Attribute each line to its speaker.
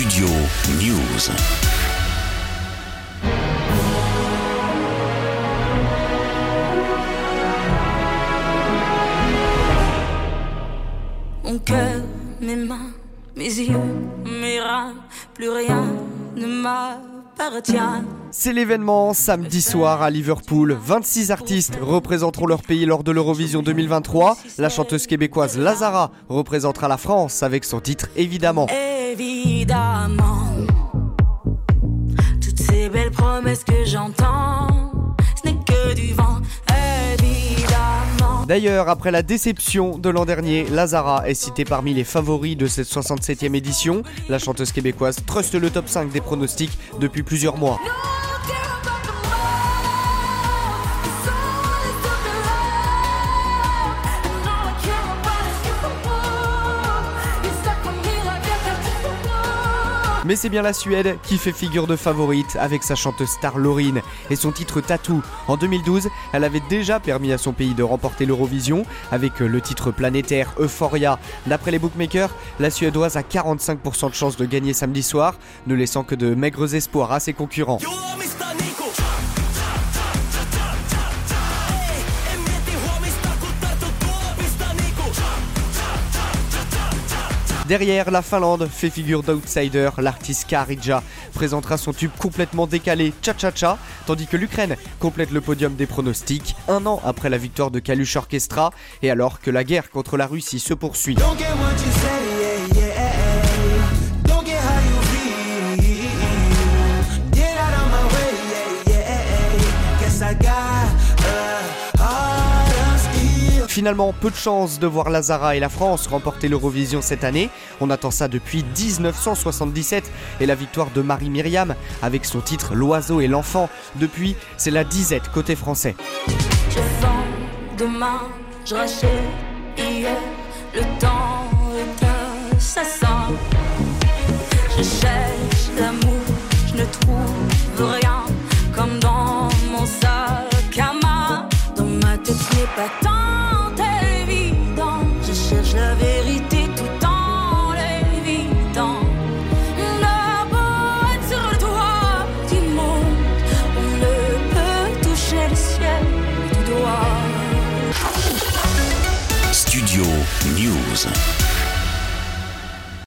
Speaker 1: Studio News.
Speaker 2: Mon cœur, mes mains, mes yeux, mes reins, plus rien ne m'appartient.
Speaker 3: C'est l'événement samedi soir à Liverpool. 26 artistes représenteront leur pays lors de l'Eurovision 2023. La chanteuse québécoise Lazara représentera la France avec son titre Évidemment.
Speaker 2: Évidemment, toutes ces belles promesses que j'entends, ce n'est que du vent. Évidemment.
Speaker 3: D'ailleurs, après la déception de l'an dernier, Lazara est citée parmi les favoris de cette 67e édition. La chanteuse québécoise truste le top 5 des pronostics depuis plusieurs mois. Mais c'est bien la Suède qui fait figure de favorite avec sa chanteuse star Loreen et son titre Tattoo. En 2012, elle avait déjà permis à son pays de remporter l'Eurovision avec le titre planétaire Euphoria. D'après les bookmakers, la Suédoise a 45% de chance de gagner samedi soir, ne laissant que de maigres espoirs à ses concurrents. Derrière, la Finlande fait figure d'outsider. L'artiste Kaarija présentera son tube complètement décalé Cha Cha Cha, tandis que l'Ukraine complète le podium des pronostics, un an après la victoire de Kalush Orchestra et alors que la guerre contre la Russie se poursuit. Finalement, peu de chance de voir Lazara et la France remporter l'Eurovision cette année. On attend ça depuis 1977 et la victoire de Marie-Myriam avec son titre L'oiseau et l'enfant. Depuis, c'est la disette côté français.
Speaker 2: Je vends demain, je rachète hier, le temps est assassin. Je cherche l'amour, je ne trouve rien, comme dans mon sac à main. Dans ma tête, ce n'est pas tant évident. Je cherche la vérité tout en l'évitant. On a beau être sur le toit du monde, on ne peut toucher le ciel du doigt.
Speaker 1: Studio News.